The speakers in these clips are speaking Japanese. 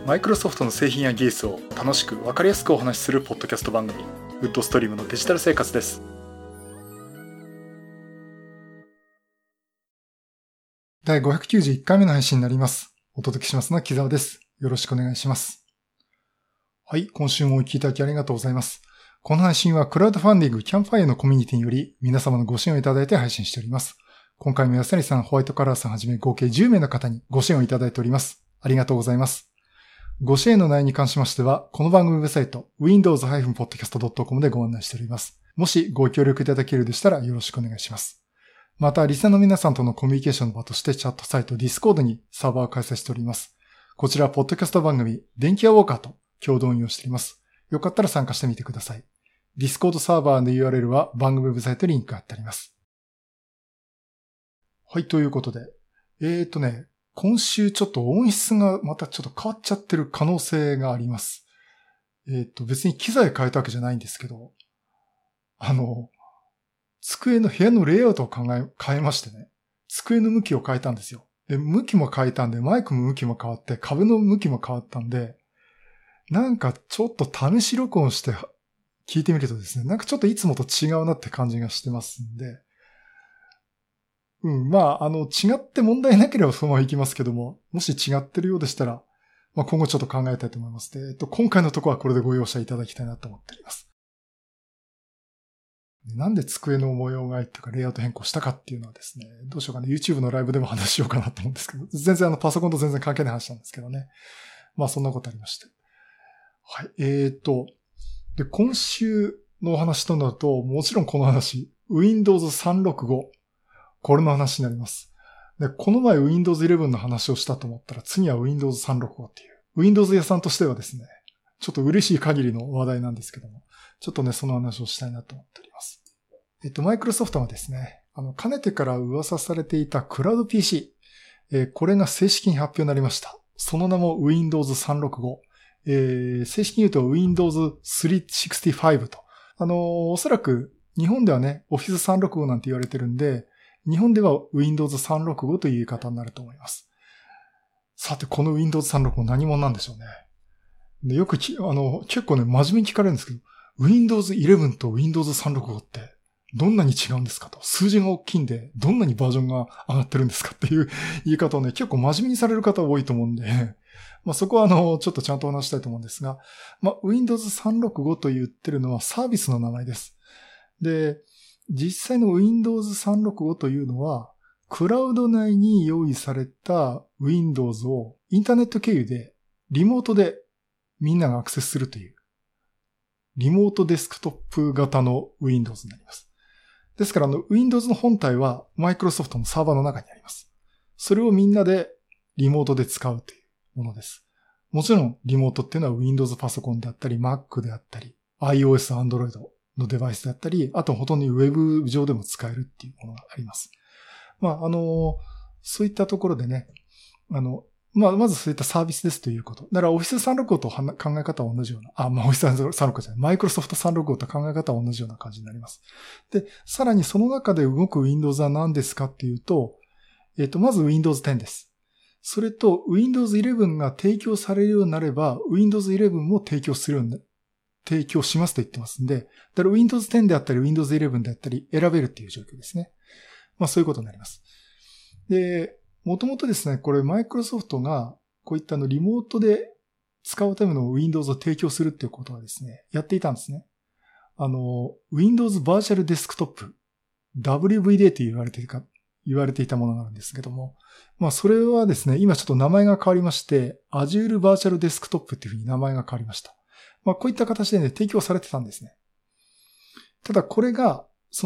マイクロソフトの製品や技術を楽しく分かりやすくお話しするポッドキャスト番組、ウッドストリームのデジタル生活です。 第591回目の配信になります。お届けしますのは木澤です。よろしくお願いします。はい、今週もお聞きいただきありがとうございます。この配信はクラウドファンディングキャンプファイアのコミュニティにより皆様のご支援をいただいて配信しております。今回も安成さん、ホワイトカラーさんはじめ合計10名の方にご支援をいただいております。ありがとうございます。ご支援の内容に関しましては、この番組ウェブサイト windows-podcast.com でご案内しております。もしご協力いただけるでしたらよろしくお願いします。また、リスナーの皆さんとのコミュニケーションの場としてチャットサイト Discord にサーバーを開催しております。こちら、ポッドキャスト番組、電気屋ウォーカーと共同運用しております。よかったら参加してみてください。Discord サーバーの URL は番組ウェブサイトにリンクが貼ってあります。はい、ということで。今週ちょっと音質がまたちょっと変わっちゃってる可能性があります。別に機材変えたわけじゃないんですけど、机の部屋のレイアウトを変えましてね、机の向きを変えたんですよ。で、向きも変えたんで、マイクの向きも変わって、壁の向きも変わったんで、なんかちょっと試し録音して聞いてみるとですね、なんかちょっといつもと違うなって感じがしてますんで、違って問題なければそのままいきますけども、もし違ってるようでしたら、今後ちょっと考えたいと思います。で、今回のところはこれでご容赦いただきたいなと思っております。なんで机の模様替えっていうかレイアウト変更したかっていうのはですね、どうしようかな、YouTube のライブでも話しようかなと思うんですけど、全然パソコンと全然関係ない話なんですけどね。そんなことありまして。はい。で、今週のお話となると、もちろんこの話、Windows 365。これの話になります。で、この前 Windows 11の話をしたと思ったら、次は Windows 365っていう。Windows 屋さんとしてはですね、ちょっと嬉しい限りの話題なんですけども、ちょっとね、その話をしたいなと思っております。マイクロソフトはですね、かねてから噂されていたクラウド PC、これが正式に発表になりました。その名も Windows 365。正式に言うと Windows 365と。おそらく日本ではね、Office 365なんて言われてるんで、日本では Windows 365という言い方になると思います。さて、この Windows 365何者なんでしょうね。で、よく結構ね、真面目に聞かれるんですけど、Windows 11と Windows 365ってどんなに違うんですかと。数字が大きいんで、どんなにバージョンが上がってるんですかっていう言い方をね、結構真面目にされる方多いと思うんで、そこはちょっとちゃんと話したいと思うんですが、Windows 365と言ってるのはサービスの名前です。で、実際の Windows 365というのは、クラウド内に用意された Windows をインターネット経由でリモートでみんながアクセスするという、リモートデスクトップ型の Windows になります。ですからWindows の本体は Microsoft のサーバーの中にあります。それをみんなでリモートで使うというものです。もちろんリモートっていうのは Windows パソコンであったり Mac であったり iOS、Androidのデバイスであったり、あとほとんどにウェブ上でも使えるっていうものがあります。そういったところでね、まずそういったサービスですということ。だから Office 365と考え方は同じような、Office 365じゃない、Microsoft 365と考え方は同じような感じになります。で、さらにその中で動く Windows は何ですかっていうと、まず Windows 10です。それと Windows 11が提供されるようになれば、Windows 11も提供しますと言ってますんで、だから Windows 10であったり Windows 11であったり選べるっていう状況ですね。そういうことになります。で、もともとですね、これマイクロソフトがこういったリモートで使うための Windows を提供するっていうことはですね、やっていたんですね。Windows Virtual Desktop WVD と言われていたものがあるんですけども、それはですね、今ちょっと名前が変わりまして、Azure Virtual Desktop っていうふうに名前が変わりました。こういった形でね、提供されてたんですね。ただこれが、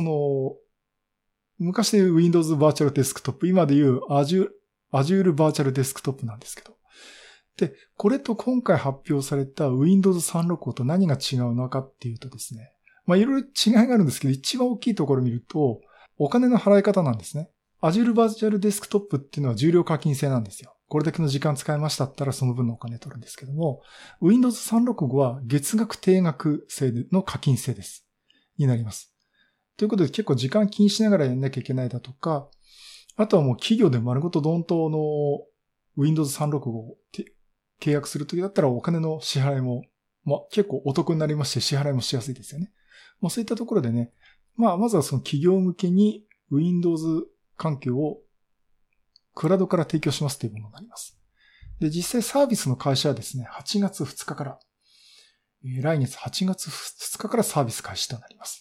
昔でいう Windows Virtual Desktop、今でいう Azure Virtual Desktop なんですけど。で、これと今回発表された Windows 365と何が違うのかっていうとですね、いろいろ違いがあるんですけど、一番大きいところを見ると、お金の払い方なんですね。Azure Virtual Desktop っていうのは重量課金制なんですよ。これだけの時間使いましたったらその分のお金取るんですけども、Windows 365は月額定額制の課金制です。になります。ということで結構時間気にしながらやんなきゃいけないだとか、あとはもう企業で丸ごとドンとWindows 365を契約するときだったらお金の支払いも、結構お得になりまして支払いもしやすいですよね。そういったところでね、まずはその企業向けに Windows 環境をクラウドから提供しますというものになります。で、実際サービスの開始はですね、8月2日から、来月8月2日からサービス開始となります。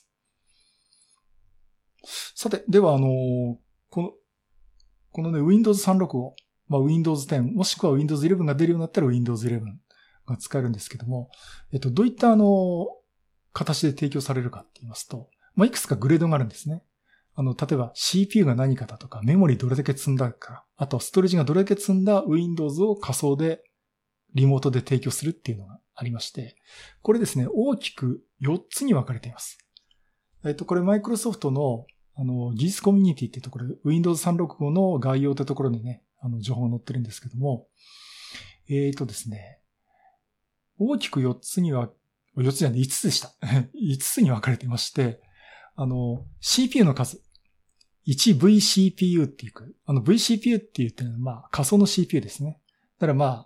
さて、ではこのね、Windows 365、Windows 10、もしくは Windows 11が出るようになったら Windows 11が使えるんですけども、どういった形で提供されるかって言いますと、いくつかグレードがあるんですね。例えば CPU が何かだとか、メモリどれだけ積んだか、あとストレージがどれだけ積んだ Windows を仮想でリモートで提供するっていうのがありまして、これですね、大きく4つに分かれています。これマイクロソフトの技術コミュニティっていうところで Windows 365の概要ってところにね、情報が載ってるんですけども、ですね、大きく4つには、4つじゃない5つでした。5つに分かれていまして、CPU の数。1VCPU っていう、VCPU って言ってるのは、仮想の CPU ですね。だから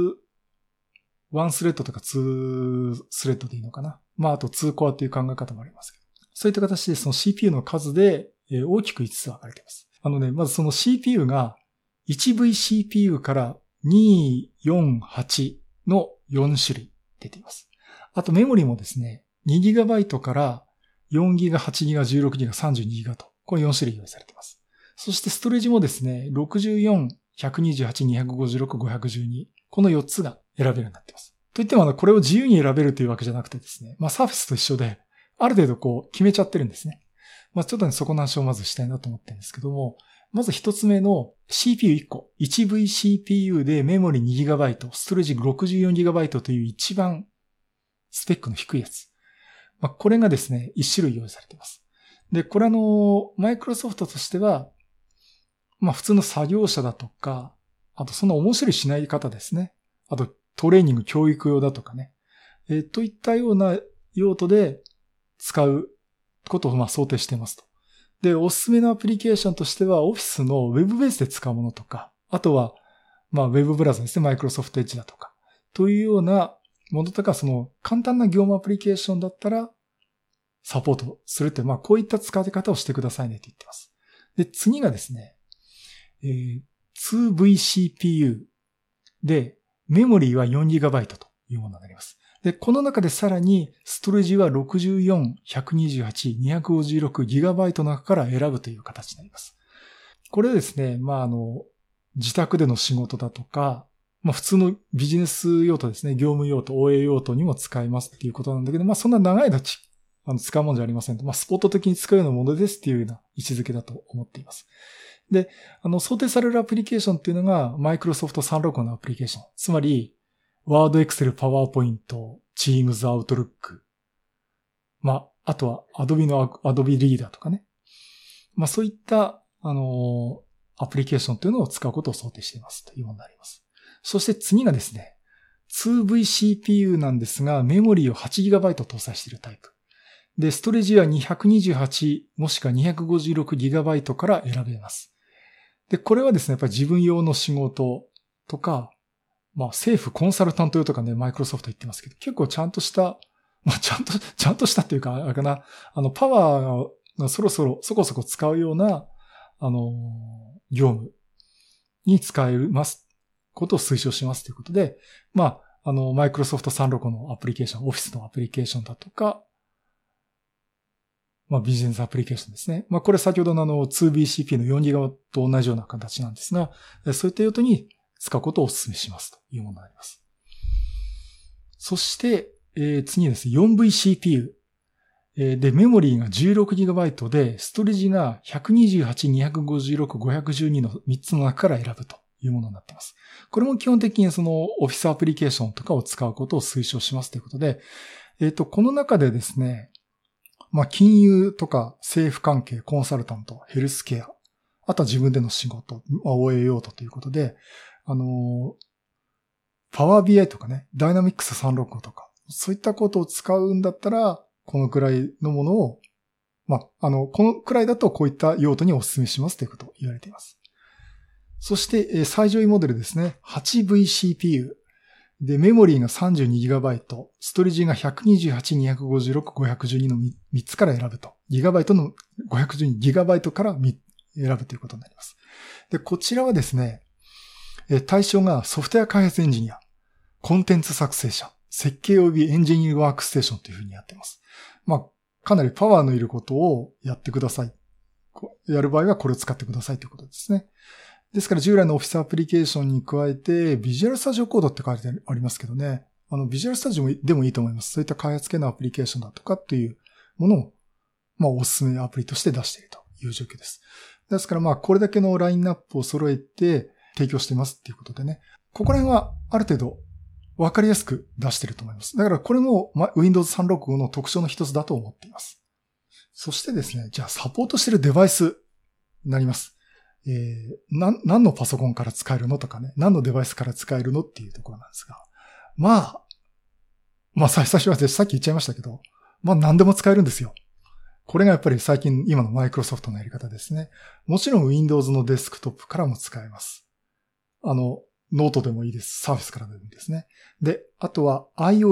1スレッドとか2スレッドでいいのかな。あと2コアっていう考え方もありますけど。そういった形でその CPU の数で大きく5つ分かれています。まずその CPU が 1VCPU から248の4種類出ています。あとメモリもですね、2GB から 4GB、8GB、16GB、32GB と、この4種類用意されています。そしてストレージもですね、64、128、256、512、この4つが選べるようになっています。といってもこれを自由に選べるというわけじゃなくてですね、サーフェスと一緒で、ある程度決めちゃってるんですね。ちょっとね、そこの話をまずしたいなと思ってるんですけども、まず一つ目の CPU1 個。1VCPU でメモリ 2GB、ストレージ 64GB という一番スペックの低いやつ。これがですね、1種類用意されています。で、これマイクロソフトとしては、普通の作業者だとか、あとそんな面白いしない方ですね。あとトレーニング教育用だとかね。といったような用途で使うことを想定していますと。で、おすすめのアプリケーションとしては、オフィスのウェブベースで使うものとか、あとは、ウェブブラウザですね、マイクロソフトエッジだとか、というようなものとか、その簡単な業務アプリケーションだったら、サポートするって、こういった使い方をしてくださいねって言ってます。で、次がですね、2VCPU で、メモリーは 4GB というものになります。で、この中でさらに、ストレージは64、128、256GB の中から選ぶという形になります。これですね、自宅での仕事だとか、普通のビジネス用途ですね、業務用途、OA 用途にも使えますっていうことなんだけど、そんな長い間使うものじゃありませんと。スポット的に使うようなものですっていうような位置づけだと思っています。で、想定されるアプリケーションっていうのが、マイクロソフト365のアプリケーション。つまり、ワード、エクセル、パワーポイント、チームズ、アウトルック。あとは、アドビリーダーとかね。そういった、アプリケーションというのを使うことを想定していますというものになります。そして次がですね、2VCPU なんですが、メモリーを 8GB 搭載しているタイプ。で、ストレージは228もしくは 256GB から選べます。で、これはですね、やっぱり自分用の仕事とか、政府コンサルタント用とかね、マイクロソフト言ってますけど、結構ちゃんとした、ちゃんとしたっていうか、あれかな、パワーがそこそこ使うような、業務に使えますことを推奨しますということで、マイクロソフト365のアプリケーション、オフィスのアプリケーションだとか、ビジネスアプリケーションですね。これ先ほどの2BCP の 4GB と同じような形なんですが、そういった用途に使うことをお勧めしますというものになります。そして、次にですね、4VCPU。で、メモリーが 16GB で、ストレージが128、256、512の3つの中から選ぶというものになっています。これも基本的にそのオフィスアプリケーションとかを使うことを推奨しますということで、この中でですね、金融とか政府関係、コンサルタント、ヘルスケア、あとは自分での仕事、OA 用途ということで、パワー BI とかね、ダイナミックス365とか、そういったことを使うんだったら、このくらいのものを、このくらいだとこういった用途にお勧めしますということを言われています。そして、最上位モデルですね、8VCPU。 で、メモリーが 32GB、ストレージが128、256、512の 3つから選ぶと。ギガバイトの512、ギガバイトから選ぶということになります。で、こちらはですね、対象がソフトウェア開発エンジニア、コンテンツ作成者、設計及びエンジニアリングワークステーションというふうにやっています。まあ、かなりパワーのいることをやってください。やる場合はこれを使ってくださいということですね。ですから従来のオフィスアプリケーションに加えて、ビジュアルスタジオコードって書いてありますけどね。ビジュアルスタジオでもいいと思います。そういった開発系のアプリケーションだとかっていうものを、まあ、おすすめアプリとして出しているという状況です。ですからまあ、これだけのラインナップを揃えて提供していますっていうことでね。ここら辺はある程度わかりやすく出していると思います。だからこれも Windows 365の特徴の一つだと思っています。そしてですね、じゃあサポートしているデバイスになります。何のパソコンから使えるのとかね、何のデバイスから使えるのっていうところなんですが。まあ最初はさっき言っちゃいましたけど、まあ何でも使えるんですよ。これがやっぱり最近今のマイクロソフトのやり方ですね。もちろん Windows のデスクトップからも使えます。ノートでもいいです。サーフィスからでもいいですね。で、あとは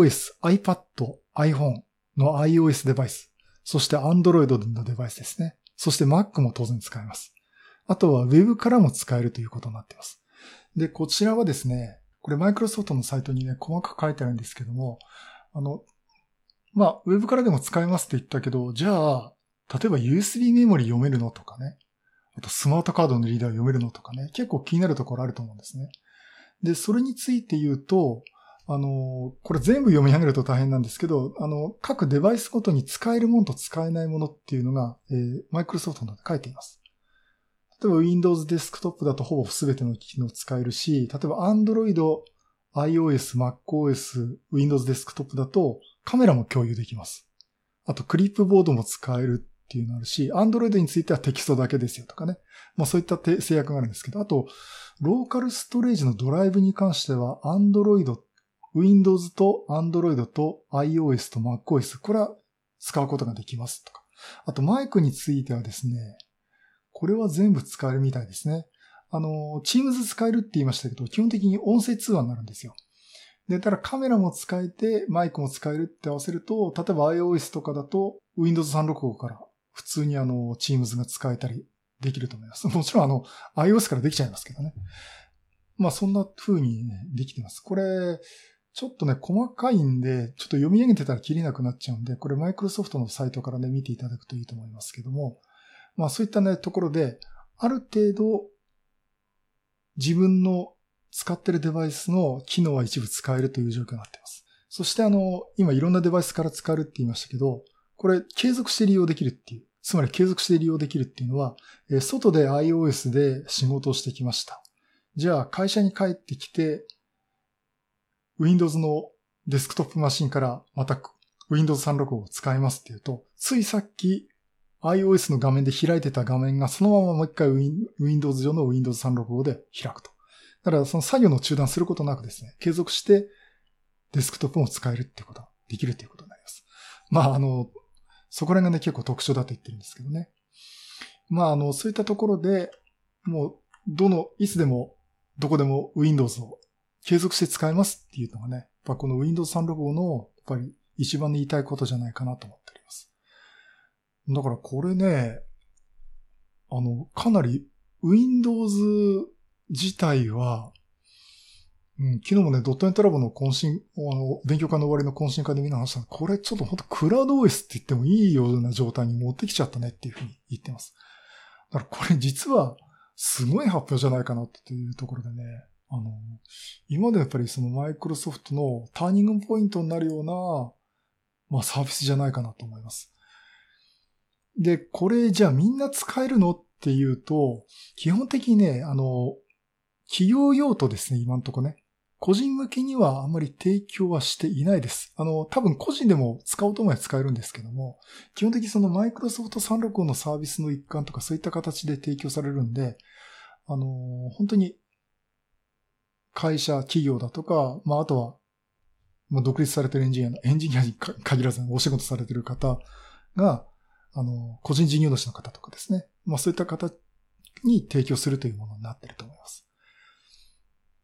iOS、iPad、iPhone の iOS デバイス。そして Android のデバイスですね。そして Mac も当然使えます。あとは Web からも使えるということになっています。で、こちらはですね、これマイクロソフトのサイトにね、細かく書いてあるんですけども、まあ、Web からでも使えますって言ったけど、じゃあ、例えば USB メモリ読めるのとかね、あとスマートカードのリーダー読めるのとかね、結構気になるところあると思うんですね。で、それについて言うと、これ全部読み上げると大変なんですけど、各デバイスごとに使えるものと使えないものっていうのが、マイクロソフトなどで書いています。例えば Windows デスクトップだとほぼ全ての機能使えるし、例えば Android、iOS、MacOS、Windows デスクトップだとカメラも共有できます。あとクリップボードも使えるっていうのあるし、Android についてはテキストだけですよとかね。まあそういった制約があるんですけど、あと、ローカルストレージのドライブに関しては Android、Windows と Android と iOS と MacOS、これは使うことができますとか。あとマイクについてはですね、これは全部使えるみたいですね。Teams 使えるって言いましたけど、基本的に音声通話になるんですよ。で、ただカメラも使えて、マイクも使えるって合わせると、例えば iOS とかだと、Windows 365から普通にTeams が使えたりできると思います。もちろんiOS からできちゃいますけどね。まあそんな風に、ね、できてます。これ、ちょっとね、細かいんで、ちょっと読み上げてたらキリなくなっちゃうんで、これマイクロソフトのサイトからね、見ていただくといいと思いますけども、まあそういったね、ところで、ある程度、自分の使ってるデバイスの機能は一部使えるという状況になっています。そして今いろんなデバイスから使えるって言いましたけど、これ継続して利用できるっていう。つまり継続して利用できるっていうのは、外で iOS で仕事をしてきました。じゃあ会社に帰ってきて、Windows のデスクトップマシンからまた Windows 365を使いますっていうと、ついさっきiOS の画面で開いてた画面がそのままもう一回 Windows 上の Windows 365で開くと。だからその作業の中断することなくですね、継続してデスクトップも使えるっていうことができるっていうことになります。まあそこら辺がね結構特徴だと言ってるんですけどね。まあそういったところで、もういつでもどこでも Windows を継続して使えますっていうのがね、やっぱこの Windows 365のやっぱり一番言いたいことじゃないかなと思っております。だからこれね、かなり Windows 自体は、昨日もね、ドットネットラボの懇親、勉強会の終わりの懇親会でみんな話したの、これちょっと本当クラウド OS って言ってもいいような状態に持ってきちゃったねっていうふうに言ってます。だからこれ実はすごい発表じゃないかなっていうところでね、今までやっぱりそのマイクロソフトのターニングポイントになるような、まあサービスじゃないかなと思います。で、これじゃあみんな使えるのっていうと、基本的にね、企業用途ですね、今んとこね。個人向けにはあんまり提供はしていないです。多分個人でも使おうと思えば使えるんですけども、基本的にそのマイクロソフト365のサービスの一環とかそういった形で提供されるんで、本当に会社、企業だとか、まああとは、まあ、独立されてるエンジニアに限らずお仕事されてる方が、個人事業主の方とかですね。まあそういった方に提供するというものになっていると思います。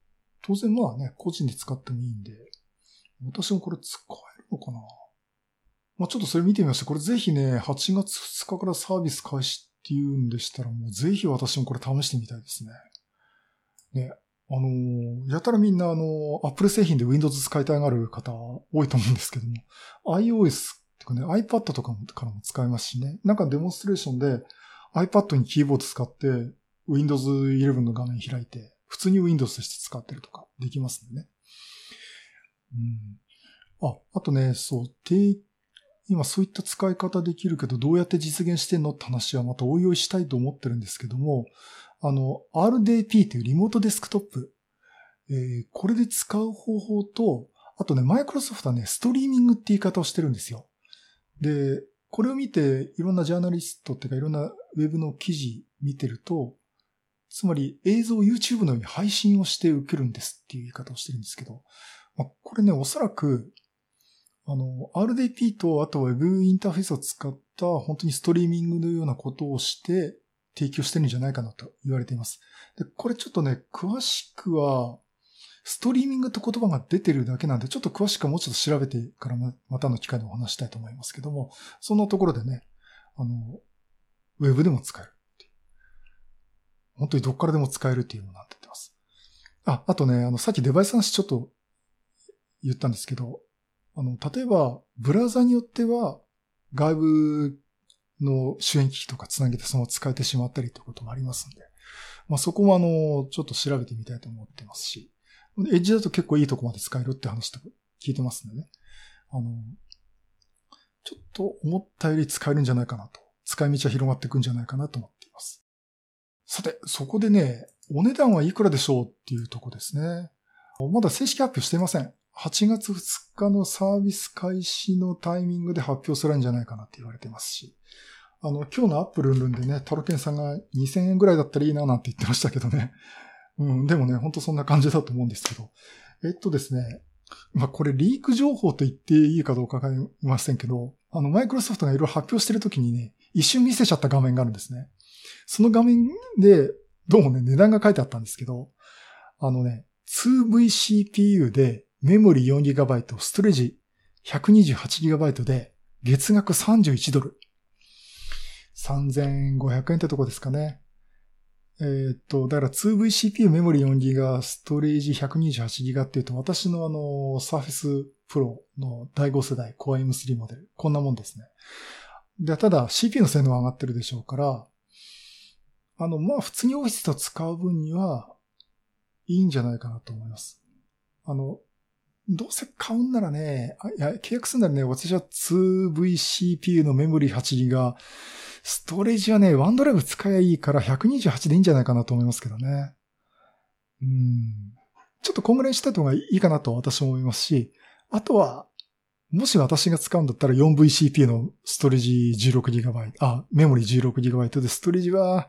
当然まあね、個人で使ってもいいんで、私もこれ使えるのかな。まあちょっとそれ見てみました。これぜひね、8月2日からサービス開始っていうんでしたら、もうぜひ私もこれ試してみたいですね。ね。やたらみんなApple 製品で Windows 使いたがる方多いと思うんですけども、iOS とかね、iPad とかからも使えますしね。なんかデモンストレーションで iPad にキーボード使って Windows 11の画面開いて、普通に Windows として使ってるとかできますんでね。あとね、そう、今そういった使い方できるけど、どうやって実現してんのって話はまたおいおいしたいと思ってるんですけども、RDP というリモートデスクトップ、これで使う方法と、あとね、マイクロソフトはね、ストリーミングって言い方をしてるんですよ。で、これを見て、いろんなジャーナリストっていうか、いろんなウェブの記事見てると、つまり映像を YouTube のように配信をして受けるんですっていう言い方をしてるんですけど、これね、おそらく、RDP と、あと Web インターフェースを使った本当にストリーミングのようなことをして提供してるんじゃないかなと言われています。で、これちょっとね、詳しくは、ストリーミングって言葉が出てるだけなんで、ちょっと詳しくはもうちょっと調べてからまたの機会でお話したいと思いますけども、そのところでね、ウェブでも使えるっていう。本当にどっからでも使えるっていうのになってます。あとね、さっきデバイスの話ちょっと言ったんですけど、例えば、ブラウザによっては、外部の周辺機器とかつなげてその使えてしまったりということもありますんで、そこもちょっと調べてみたいと思ってますし、エッジだと結構いいとこまで使えるって話とか聞いてますんでね。ちょっと思ったより使えるんじゃないかなと。使い道は広がっていくんじゃないかなと思っています。さて、そこでね、お値段はいくらでしょうっていうとこですね。まだ正式発表していません。8月2日のサービス開始のタイミングで発表するんじゃないかなって言われてますし、今日のアップルルンでね、タロケンさんが2000円ぐらいだったらいいななんて言ってましたけどね。でもね、ほんとそんな感じだと思うんですけど。ですね、これリーク情報と言っていいかどうかわかりませんけど、マイクロソフトがいろいろ発表してるときにね、一瞬見せちゃった画面があるんですね。その画面で、どうもね、値段が書いてあったんですけど、2VCPU でメモリ 4GB、ストレージ 128GB で月額31ドル。3500円ってとこですかね。だから 2VCPU メモリ 4GB、ストレージ 128GB っていうと、私のSurface Pro の第5世代 Core M3 モデル。こんなもんですね。で、ただ CPU の性能は上がってるでしょうから、普通にオフィスと使う分にはいいんじゃないかなと思います。どうせ買うんならね、契約するならね、私は 2VCPU のメモリ 8GB、ストレージはね、ワンドライブ使えばいいから128でいいんじゃないかなと思いますけどね。ちょっとこんぐらいした方がいいかなと私も思いますし、あとは、もし私が使うんだったら 4VCPU のストレージ 16GB、メモリ 16GB でストレージは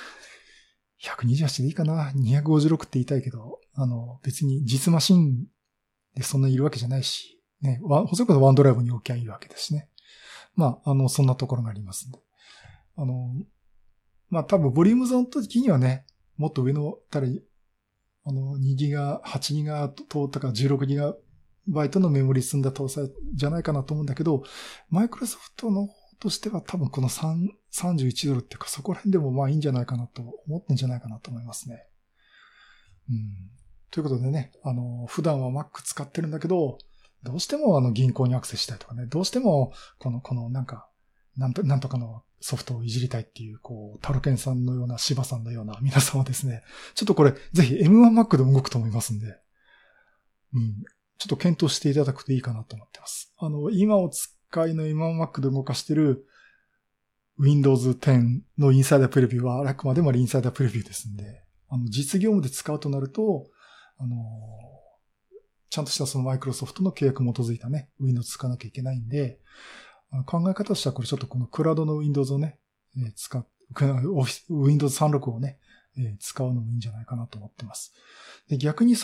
128でいいかな。256って言いたいけど、別に実マシンでそんなにいるわけじゃないし、ね、それこそワンドライブに置きゃいいわけですね。そんなところがありますんで。多分ボリュームゾーンの時にはね、もっと上の2ギガ、8ギガとか16ギガバイトのメモリ積んだ搭載じゃないかなと思うんだけど、マイクロソフトの方としては多分この31ドルっていうかそこら辺でもいいんじゃないかなと思ってんじゃないかなと思いますね。ということでね、普段は Mac 使ってるんだけど、どうしても銀行にアクセスしたいとかね、どうしてもこのなんとかのソフトをいじりたいっていう、タロケンさんのような柴さんのような皆さんはですね、ちょっとこれぜひ M1Mac でも動くと思いますんで、ちょっと検討していただくといいかなと思ってます。今お使いの M1Mac で動かしてる Windows 10のインサイダープレビューはあくまでもインサイダープレビューですんで、実業務で使うとなると、ちゃんとしたそのマイクロソフトの契約に基づいたね、Windows 使わなきゃいけないんで、考え方としてはこれちょっとこのクラウドの Windows をね、Windows 365をね、使うのもいいんじゃないかなと思ってます。で、逆に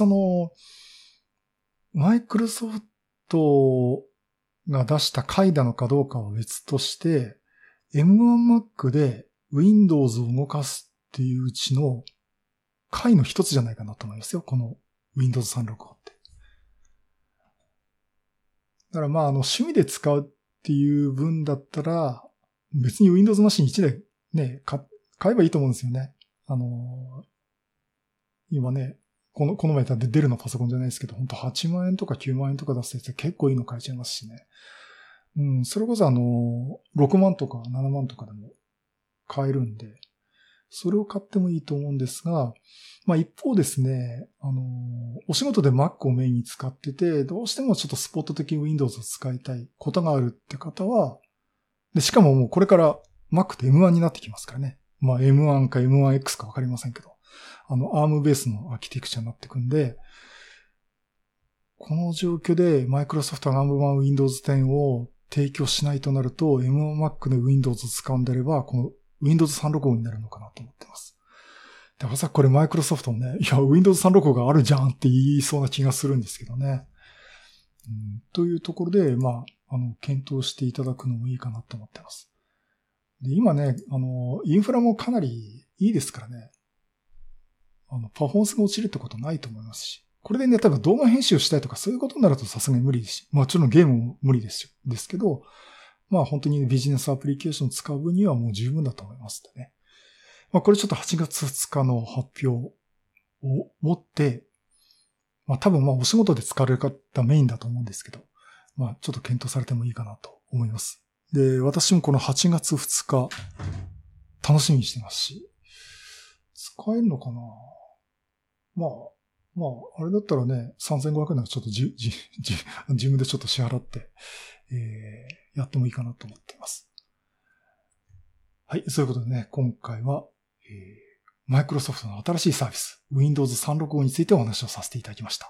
マイクロソフトが出した回なのかどうかは別として、M1Mac で Windows を動かすっていううちの回の一つじゃないかなと思いますよ。この Windows 365って。だから趣味で使うっていう分だったら、別に Windows マシン1台ね、買えばいいと思うんですよね。今ね、この前言ったデルのパソコンじゃないですけど、ほんと8万円とか9万円とか出すやつ結構いいの買えちゃいますしね。それこそ6万とか7万とかでも買えるんで、それを買ってもいいと思うんですが、一方ですね、お仕事で Mac をメインに使ってて、どうしてもちょっとスポット的に Windows を使いたいことがあるって方は、で、しかももうこれから Mac って M1 になってきますからね。M1 か M1X かわかりませんけど、ARM ベースのアーキテクチャになってくんで、この状況で Microsoft が ARM 版 Windows 10を提供しないとなると、M1 Mac で Windows を使うんであれば、この Windows 365になるのかなと思ってます。でもさ、これ Microsoft もね、いや、Windows 365があるじゃんって言いそうな気がするんですけどね。というところで、検討していただくのもいいかなと思ってます。で、今ね、インフラもかなりいいですからね。パフォーマンスが落ちるってことないと思いますし。これでね、例えば動画編集したいとかそういうことになるとさすがに無理ですし、もちろんゲームも無理ですけど、本当にビジネスアプリケーションを使う分にはもう十分だと思いますね。これちょっと8月2日の発表をもって、多分お仕事で使われる方メインだと思うんですけど、ちょっと検討されてもいいかなと思います。で、私もこの8月2日楽しみにしてますし、使えるのかな？あれだったらね、3500円ならちょっと自分でちょっと支払って、やってもいいかなと思っています。はい、そういうことでね、今回は、マイクロソフトの新しいサービス、Windows 365についてお話をさせていただきました。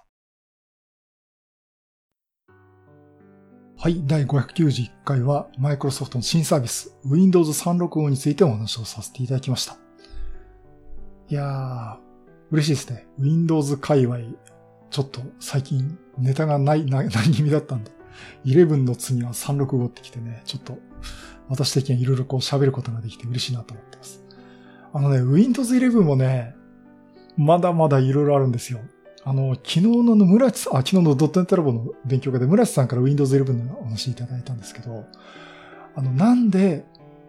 はい、第591回はマイクロソフトの新サービス、Windows 365についてお話をさせていただきました。いやー、嬉しいですね。Windows 界隈、ちょっと最近ネタがない気味だったんで、11の次は365ってきてね、ちょっと私的にはいろいろ喋ることができて嬉しいなと思ってます。Windows 11もね、まだまだいろいろあるんですよ。昨日の昨日のドットネットラボの勉強会で村地さんから Windows 11のお話いただいたんですけど、なんで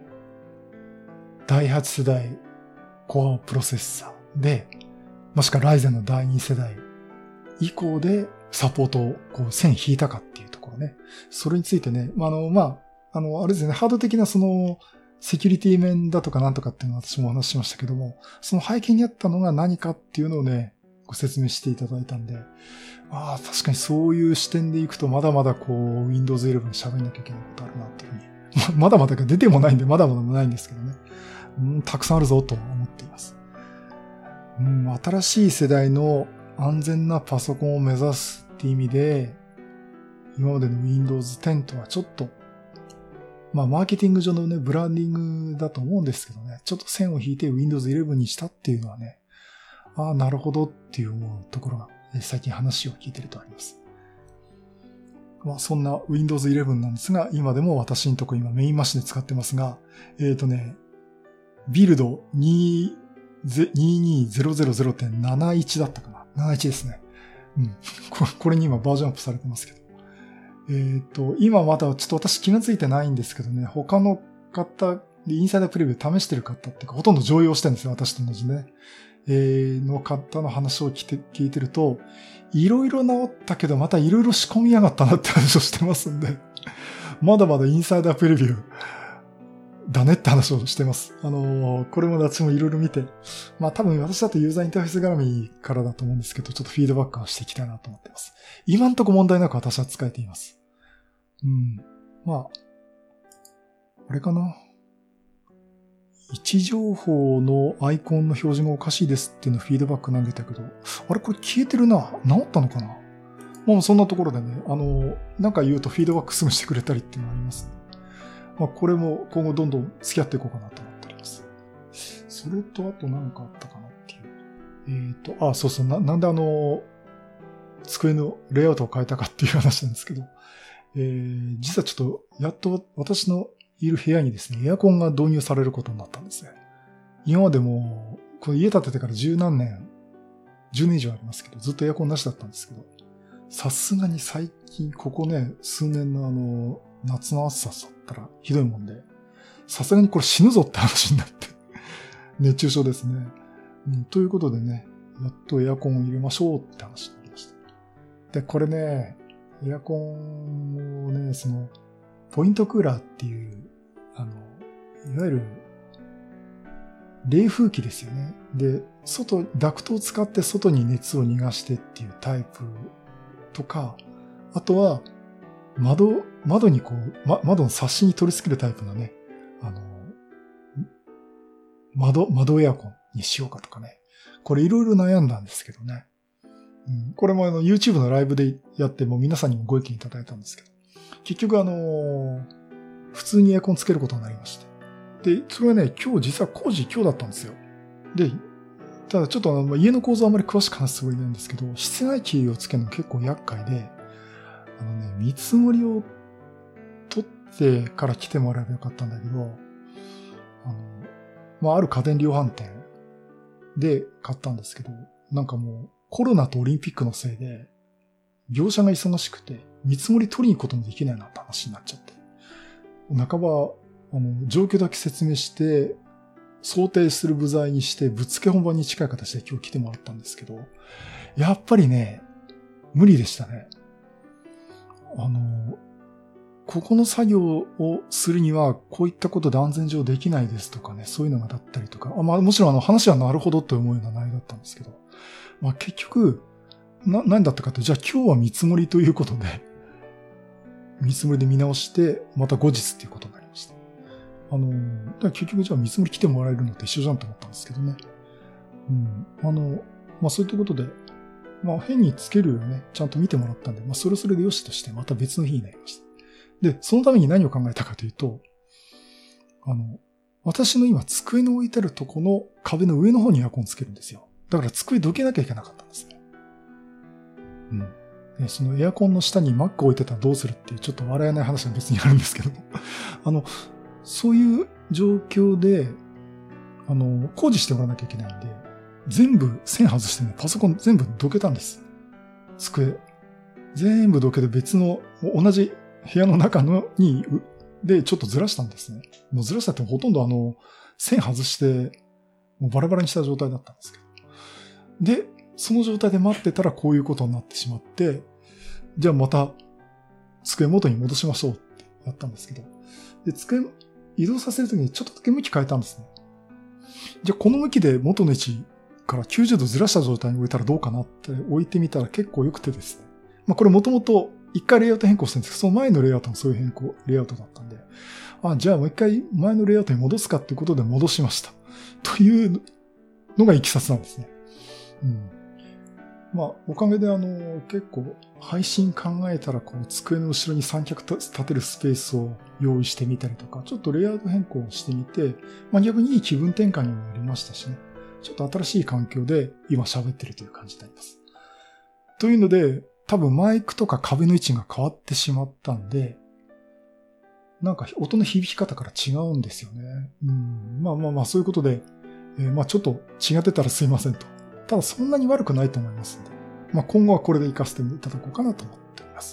第8世代コアプロセッサーで、もしくはライゼンの第2世代以降でサポートを線引いたかっていうところね。それについてね、あれですね、ハード的なセキュリティ面だとかなんとかっていうのは私もお話ししましたけども、その背景にあったのが何かっていうのをね、ご説明していただいたんで、確かにそういう視点でいくとまだまだWindows 11喋んなきゃいけないことあるなっていうふうに。まだまだ出てもないんで、まだまだないんですけどね。たくさんあるぞと思っています。新しい世代の安全なパソコンを目指すって意味で、今までの Windows 10とはちょっと、マーケティング上のね、ブランディングだと思うんですけどね、ちょっと線を引いて Windows 11にしたっていうのはね、なるほどっていう思うところが、最近話を聞いてるとあります。そんな Windows 11なんですが、今でも私のところ今メインマシンで使ってますが、ビルド22000.71 だったかな。71ですね。これに今バージョンアップされてますけど。今まだちょっと私気がついてないんですけどね、他の方でインサイダープレビュー試してる方っていうか、ほとんど常用してるんですよ、私と同じね。の方の話を聞いてると、いろいろ治ったけど、またいろいろ仕込みやがったなって話をしてますんで、まだまだインサイダープレビューだねって話をしてます。これも私もいろいろ見て、多分私だとユーザーインターフェース絡みからだと思うんですけど、ちょっとフィードバックをしていきたいなと思ってます。今んとこ問題なく私は使えています。あれかな。位置情報のアイコンの表示がおかしいですっていうのフィードバック投げたけど、これ消えてるな。治ったのかな。そんなところでね、なんか言うとフィードバックすぐしてくれたりっていうのがあります。これも今後どんどん付き合っていこうかなと思っております。それとあと何かあったかなっていう。そう。なんで机のレイアウトを変えたかっていう話なんですけど、実はちょっと、やっと私のいる部屋にですね、エアコンが導入されることになったんですね。今までも、この家建ててから十何年 10年以上ありますけど、ずっとエアコンなしだったんですけど、さすがに最近、ここね、数年の夏の暑さだったらひどいもんで、さすがにこれ死ぬぞって話になって、熱中症ですね。ということでね、やっとエアコンを入れましょうって話になりました。で、これね、エアコンをね、ポイントクーラーっていう、いわゆる、冷風機ですよね。で、ダクトを使って外に熱を逃がしてっていうタイプとか、あとは、窓に窓のサッシに取り付けるタイプのね、窓エアコンにしようかとかね。これいろいろ悩んだんですけどね。これもYouTube のライブでやっても皆さんにもご意見いただいたんですけど、結局普通にエアコンつけることになりまして。で、それはね、実は工事今日だったんですよ。で、ただちょっと家の構造あまり詳しく話すつもりないんですけど、室外機をつけるの結構厄介で、見積もりを取ってから来てもらえばよかったんだけど、ある家電量販店で買ったんですけど、なんかもうコロナとオリンピックのせいで、業者が忙しくて、見積もり取りに行くこともできないなって話になっちゃって。半ば、状況だけ説明して、想定する部材にして、ぶっつけ本番に近い形で今日来てもらったんですけど、やっぱりね、無理でしたね。ここの作業をするには、こういったことで安全上できないですとかね、そういうのがだったりとか、もちろん話はなるほどと思うような内容だったんですけど、結局、何だったかと、じゃあ今日は見積もりということで、見積もりで見直して、また後日っていうことになりました。だから結局じゃあ見積もり来てもらえるのと一緒じゃんと思ったんですけどね。そういったことで、変につけるよね、ちゃんと見てもらったんで、それでよしとして、また別の日になりました。で、そのために何を考えたかというと、私の今机の置いてあるとこの壁の上の方にエアコンつけるんですよ。だから机どけなきゃいけなかったんですね。でそのエアコンの下に Mac 置いてたらどうするっていうちょっと笑えない話は別にあるんですけども、そういう状況で、工事してもらわなきゃいけないんで、全部線外してね、パソコン全部どけたんです。机。全部どけて別の、同じ部屋の中でちょっとずらしたんですね。もうずらしたってほとんど線外して、もうバラバラにした状態だったんですけど。で、その状態で待ってたらこういうことになってしまって、じゃあまた机元に戻しましょうってやったんですけど、で、机移動させるときにちょっとだけ向き変えたんですね。じゃあこの向きで元の位置から90度ずらした状態に置いたらどうかなって置いてみたら結構良くてですね。これもともと一回レイアウト変更してるんですけど、その前のレイアウトもそういうレイアウトだったんで、じゃあもう一回前のレイアウトに戻すかっていうことで戻しました。というのがいきさつなんですね。おかげで結構配信考えたら机の後ろに三脚立てるスペースを用意してみたりとか、ちょっとレイアウト変更してみて、逆にいい気分転換にもなりましたしね。ちょっと新しい環境で今喋ってるという感じになります。というので、多分マイクとか壁の位置が変わってしまったんで、なんか音の響き方から違うんですよね。そういうことで、ちょっと違ってたらすいませんと。ただそんなに悪くないと思いますので、今後はこれで活かせていただこうかなと思っております。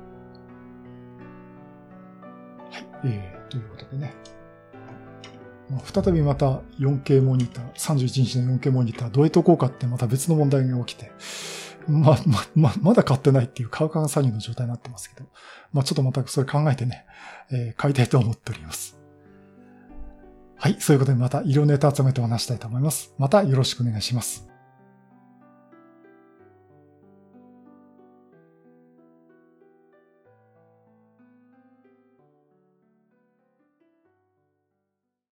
はい、ということでね。再びまた 4K モニター、31インチの 4K モニター、どうやっておこうかってまた別の問題が起きて、まだ買ってないっていう買うかが詐欺の状態になってますけど、ちょっとまたそれ考えてね、買いたいと思っております。はい、そういうことでまたいろんなネタ集めてお話したいと思います。またよろしくお願いします。